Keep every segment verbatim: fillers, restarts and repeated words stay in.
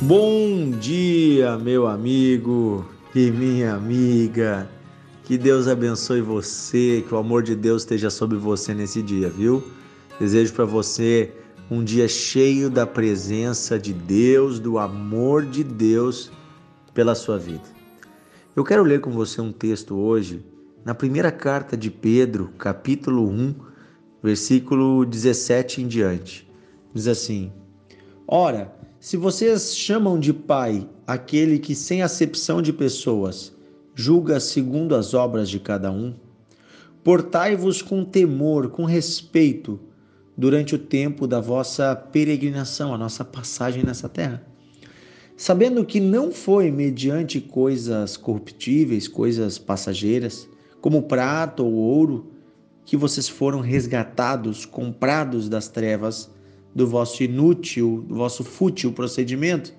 Bom dia, meu amigo e minha amiga. Que Deus abençoe você, que o amor de Deus esteja sobre você nesse dia, viu? Desejo para você um dia cheio da presença de Deus, do amor de Deus pela sua vida. Eu quero ler com você um texto hoje, na primeira carta de Pedro, capítulo um, versículo dezessete em diante. Diz assim: Ora, se vocês chamam de Pai aquele que, sem acepção de pessoas, julga segundo as obras de cada um, portai-vos com temor, com respeito, durante o tempo da vossa peregrinação, a nossa passagem nessa terra, sabendo que não foi mediante coisas corruptíveis, coisas passageiras, como prata ou ouro, que vocês foram resgatados, comprados das trevas, do vosso inútil, do vosso fútil procedimento,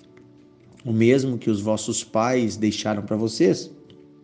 o mesmo que os vossos pais deixaram para vocês,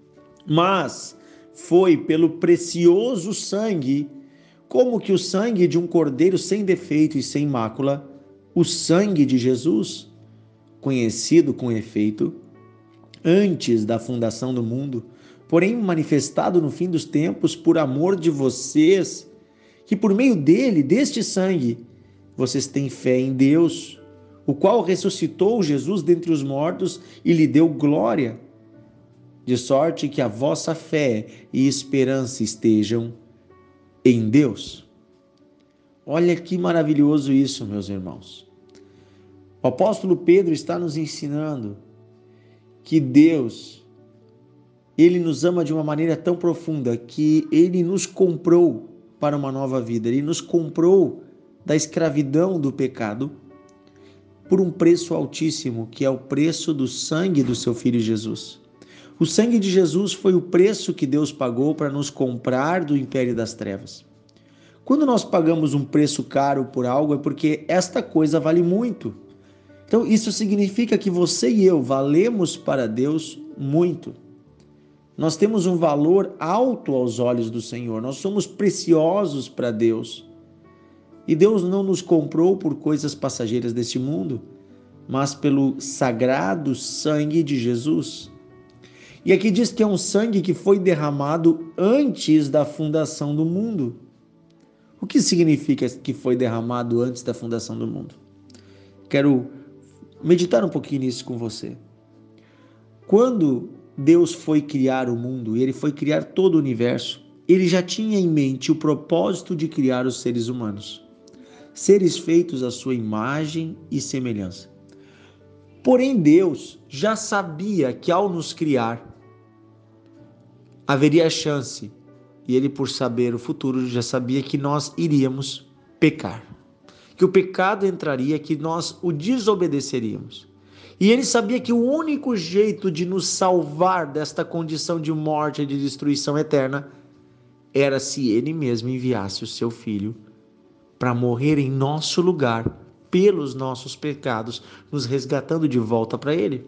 mas foi pelo precioso sangue, como que o sangue de um cordeiro sem defeito e sem mácula, o sangue de Jesus, conhecido com efeito antes da fundação do mundo, porém manifestado no fim dos tempos por amor de vocês, que por meio dele, deste sangue, vocês têm fé em Deus, o qual ressuscitou Jesus dentre os mortos e lhe deu glória, de sorte que a vossa fé e esperança estejam em Deus. Olha que maravilhoso isso, meus irmãos. O apóstolo Pedro está nos ensinando que Deus, Ele nos ama de uma maneira tão profunda que Ele nos comprou para uma nova vida. Ele nos comprou da escravidão do pecado por um preço altíssimo, que é o preço do sangue do seu Filho Jesus. O sangue de Jesus foi o preço que Deus pagou para nos comprar do império das trevas. Quando nós pagamos um preço caro por algo, é porque esta coisa vale muito. Então, isso significa que você e eu valemos para Deus muito. Nós temos um valor alto aos olhos do Senhor, nós somos preciosos para Deus. E Deus não nos comprou por coisas passageiras deste mundo, mas pelo sagrado sangue de Jesus. E aqui diz que é um sangue que foi derramado antes da fundação do mundo. O que significa que foi derramado antes da fundação do mundo? Quero meditar um pouquinho nisso com você. Quando Deus foi criar o mundo, e Ele foi criar todo o universo, Ele já tinha em mente o propósito de criar os seres humanos. Seres feitos à sua imagem e semelhança. Porém, Deus já sabia que ao nos criar, haveria chance, e Ele, por saber o futuro, já sabia que nós iríamos pecar, que o pecado entraria, que nós o desobedeceríamos. E Ele sabia que o único jeito de nos salvar desta condição de morte e de destruição eterna era se Ele mesmo enviasse o seu Filho para morrer em nosso lugar, pelos nossos pecados, nos resgatando de volta para Ele.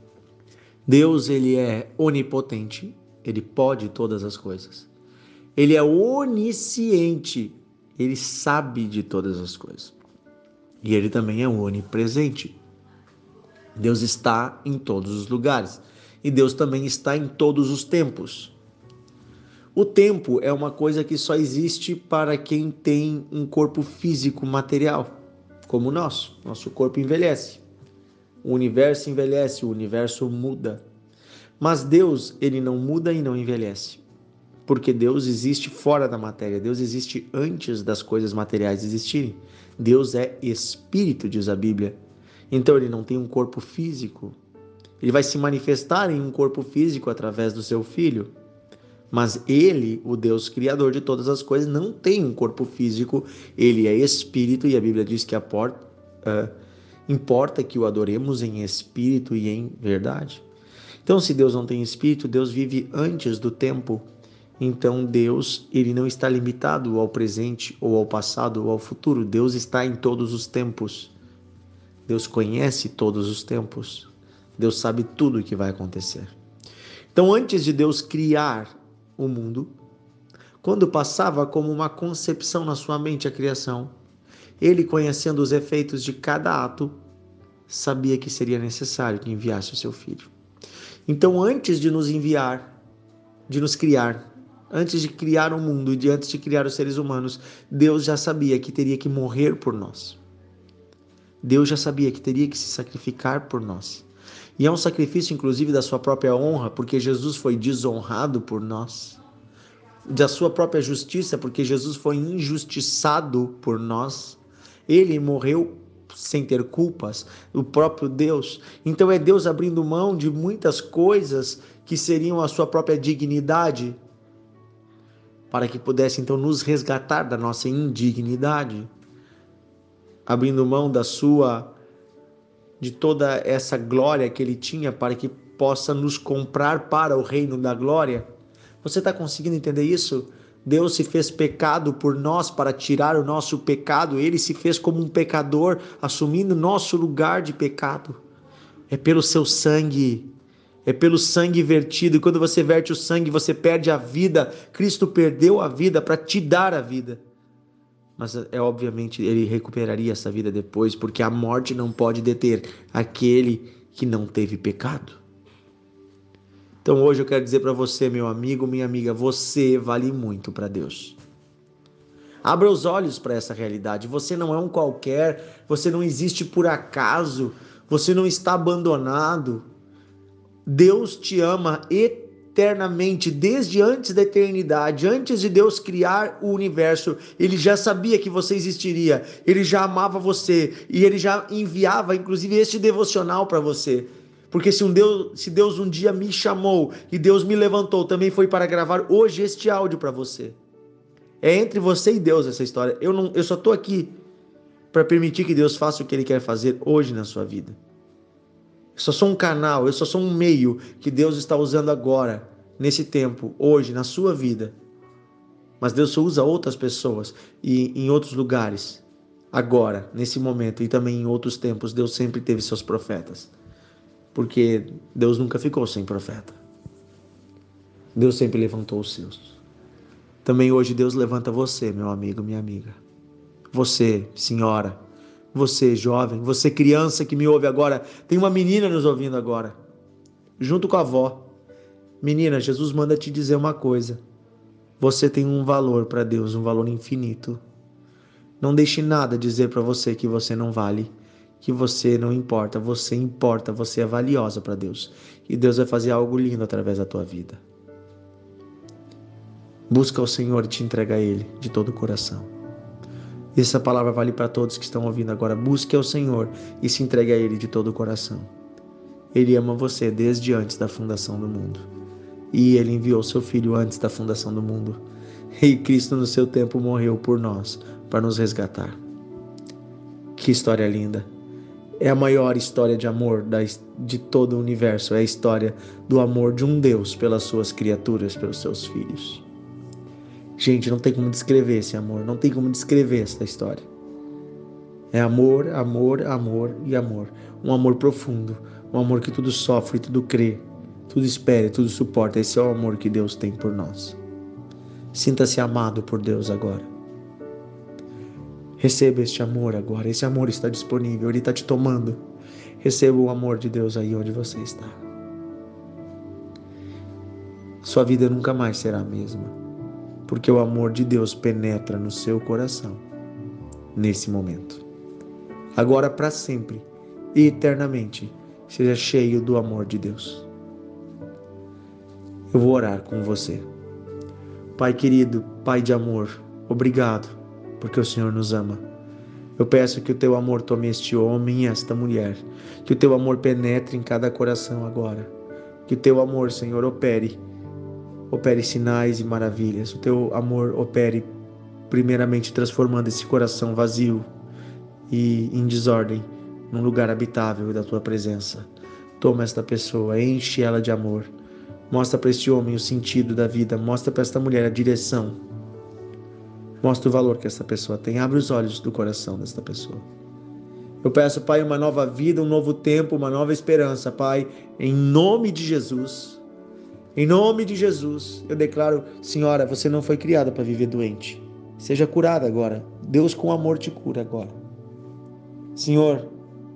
Deus, Ele é onipotente, Ele pode todas as coisas. Ele é onisciente, Ele sabe de todas as coisas. E Ele também é onipresente. Deus está em todos os lugares. E Deus também está em todos os tempos. O tempo é uma coisa que só existe para quem tem um corpo físico material, como o nosso. Nosso corpo envelhece. O universo envelhece, o universo muda. Mas Deus, Ele não muda e não envelhece. Porque Deus existe fora da matéria. Deus existe antes das coisas materiais existirem. Deus é espírito, diz a Bíblia. Então Ele não tem um corpo físico. Ele vai se manifestar em um corpo físico através do seu Filho. Mas Ele, o Deus Criador de todas as coisas, não tem um corpo físico. Ele é espírito e a Bíblia diz que a porta, uh, importa que o adoremos em espírito e em verdade. Então, se Deus não tem espírito, Deus vive antes do tempo. Então, Deus, Ele não está limitado ao presente ou ao passado ou ao futuro. Deus está em todos os tempos. Deus conhece todos os tempos. Deus sabe tudo o que vai acontecer. Então, antes de Deus criar o mundo, quando passava como uma concepção na sua mente a criação, Ele, conhecendo os efeitos de cada ato, sabia que seria necessário que enviasse o seu Filho. Então, antes de nos enviar, de nos criar, antes de criar o mundo e antes de criar os seres humanos, Deus já sabia que teria que morrer por nós. Deus já sabia que teria que se sacrificar por nós. E é um sacrifício, inclusive, da sua própria honra, porque Jesus foi desonrado por nós. Da sua própria justiça, porque Jesus foi injustiçado por nós. Ele morreu sem ter culpas, o próprio Deus. Então é Deus abrindo mão de muitas coisas que seriam a sua própria dignidade, para que pudesse então nos resgatar da nossa indignidade, abrindo mão da sua, de toda essa glória que ele tinha, para que possa nos comprar para o reino da glória. Você está conseguindo entender isso? Deus se fez pecado por nós para tirar o nosso pecado. Ele se fez como um pecador, assumindo nosso lugar de pecado. É pelo seu sangue, é pelo sangue vertido. E quando você verte o sangue, você perde a vida. Cristo perdeu a vida para te dar a vida. Mas é obviamente ele recuperaria essa vida depois, porque a morte não pode deter aquele que não teve pecado. Então hoje eu quero dizer para você, meu amigo, minha amiga, você vale muito para Deus. Abra os olhos para essa realidade. Você não é um qualquer, você não existe por acaso, você não está abandonado. Deus te ama eternamente, desde antes da eternidade, antes de Deus criar o universo. Ele já sabia que você existiria, ele já amava você e ele já enviava, inclusive, este devocional para você. Porque se, um Deus, se Deus um dia me chamou e Deus me levantou, também foi para gravar hoje este áudio para você. É entre você e Deus essa história. Eu, não, eu só estou aqui para permitir que Deus faça o que Ele quer fazer hoje na sua vida. Eu só sou um canal, eu só sou um meio que Deus está usando agora, nesse tempo, hoje, na sua vida. Mas Deus só usa outras pessoas e em outros lugares, agora, nesse momento e também em outros tempos, Deus sempre teve seus profetas. Porque Deus nunca ficou sem profeta. Deus sempre levantou os seus. Também hoje Deus levanta você, meu amigo, minha amiga. Você, senhora, você, jovem, você, criança que me ouve agora. Tem uma menina nos ouvindo agora, junto com a avó. Menina, Jesus manda te dizer uma coisa. Você tem um valor para Deus, um valor infinito. Não deixe nada dizer para você que você não vale, que você não importa, você importa, você é valiosa para Deus. E Deus vai fazer algo lindo através da tua vida. Busca o Senhor e te entrega a Ele de todo o coração. Essa palavra vale para todos que estão ouvindo agora. Busque ao Senhor e se entregue a Ele de todo o coração. Ele ama você desde antes da fundação do mundo. E Ele enviou seu Filho antes da fundação do mundo. E Cristo no seu tempo morreu por nós, para nos resgatar. Que história linda! É a maior história de amor de todo o universo. É a história do amor de um Deus pelas suas criaturas, pelos seus filhos. Gente, não tem como descrever esse amor. Não tem como descrever essa história. É amor, amor, amor e amor. Um amor profundo. Um amor que tudo sofre, tudo crê, tudo espera, tudo suporta. Esse é o amor que Deus tem por nós. Sinta-se amado por Deus agora. Receba este amor agora. Esse amor está disponível. Ele está te tomando. Receba o amor de Deus aí onde você está. Sua vida nunca mais será a mesma. Porque o amor de Deus penetra no seu coração. Nesse momento. Agora para sempre. E eternamente. Seja cheio do amor de Deus. Eu vou orar com você. Pai querido, Pai de amor. Obrigado. Porque o Senhor nos ama. Eu peço que o teu amor tome este homem e esta mulher. Que o teu amor penetre em cada coração agora. Que o teu amor, Senhor, opere. Opere sinais e maravilhas. O teu amor opere primeiramente transformando esse coração vazio e em desordem num lugar habitável da tua presença. Toma esta pessoa, enche ela de amor. Mostra para este homem o sentido da vida. Mostra para esta mulher a direção. Mostra o valor que essa pessoa tem. Abre os olhos do coração desta pessoa. Eu peço, Pai, uma nova vida, um novo tempo, uma nova esperança, Pai, em nome de Jesus. Em nome de Jesus, eu declaro, Senhora, você não foi criada para viver doente. Seja curada agora. Deus com amor te cura agora. Senhor,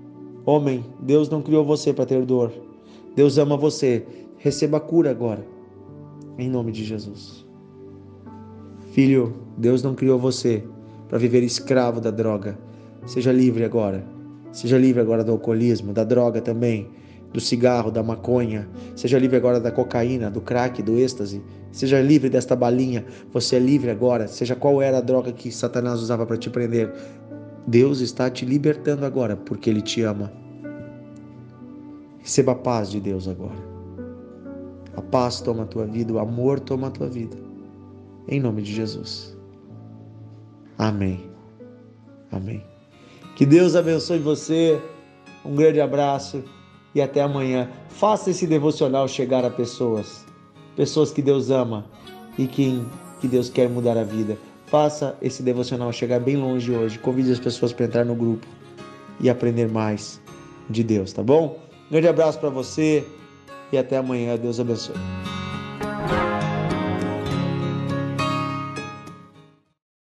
Homem, Deus não criou você para ter dor. Deus ama você. Receba a cura agora. Em nome de Jesus. Filho, Deus não criou você para viver escravo da droga. Seja livre agora. Seja livre agora do alcoolismo, da droga também, do cigarro, da maconha. Seja livre agora da cocaína, do crack, do êxtase. Seja livre desta balinha. Você é livre agora. Seja qual era a droga que Satanás usava para te prender. Deus está te libertando agora, porque Ele te ama. Receba a paz de Deus agora. A paz toma a tua vida, o amor toma a tua vida. Em nome de Jesus. Amém. Amém. Que Deus abençoe você. Um grande abraço e até amanhã. Faça esse devocional chegar a pessoas. Pessoas que Deus ama e que, que Deus quer mudar a vida. Faça esse devocional chegar bem longe hoje. Convide as pessoas para entrar no grupo e aprender mais de Deus, tá bom? Um grande abraço para você e até amanhã. Deus abençoe.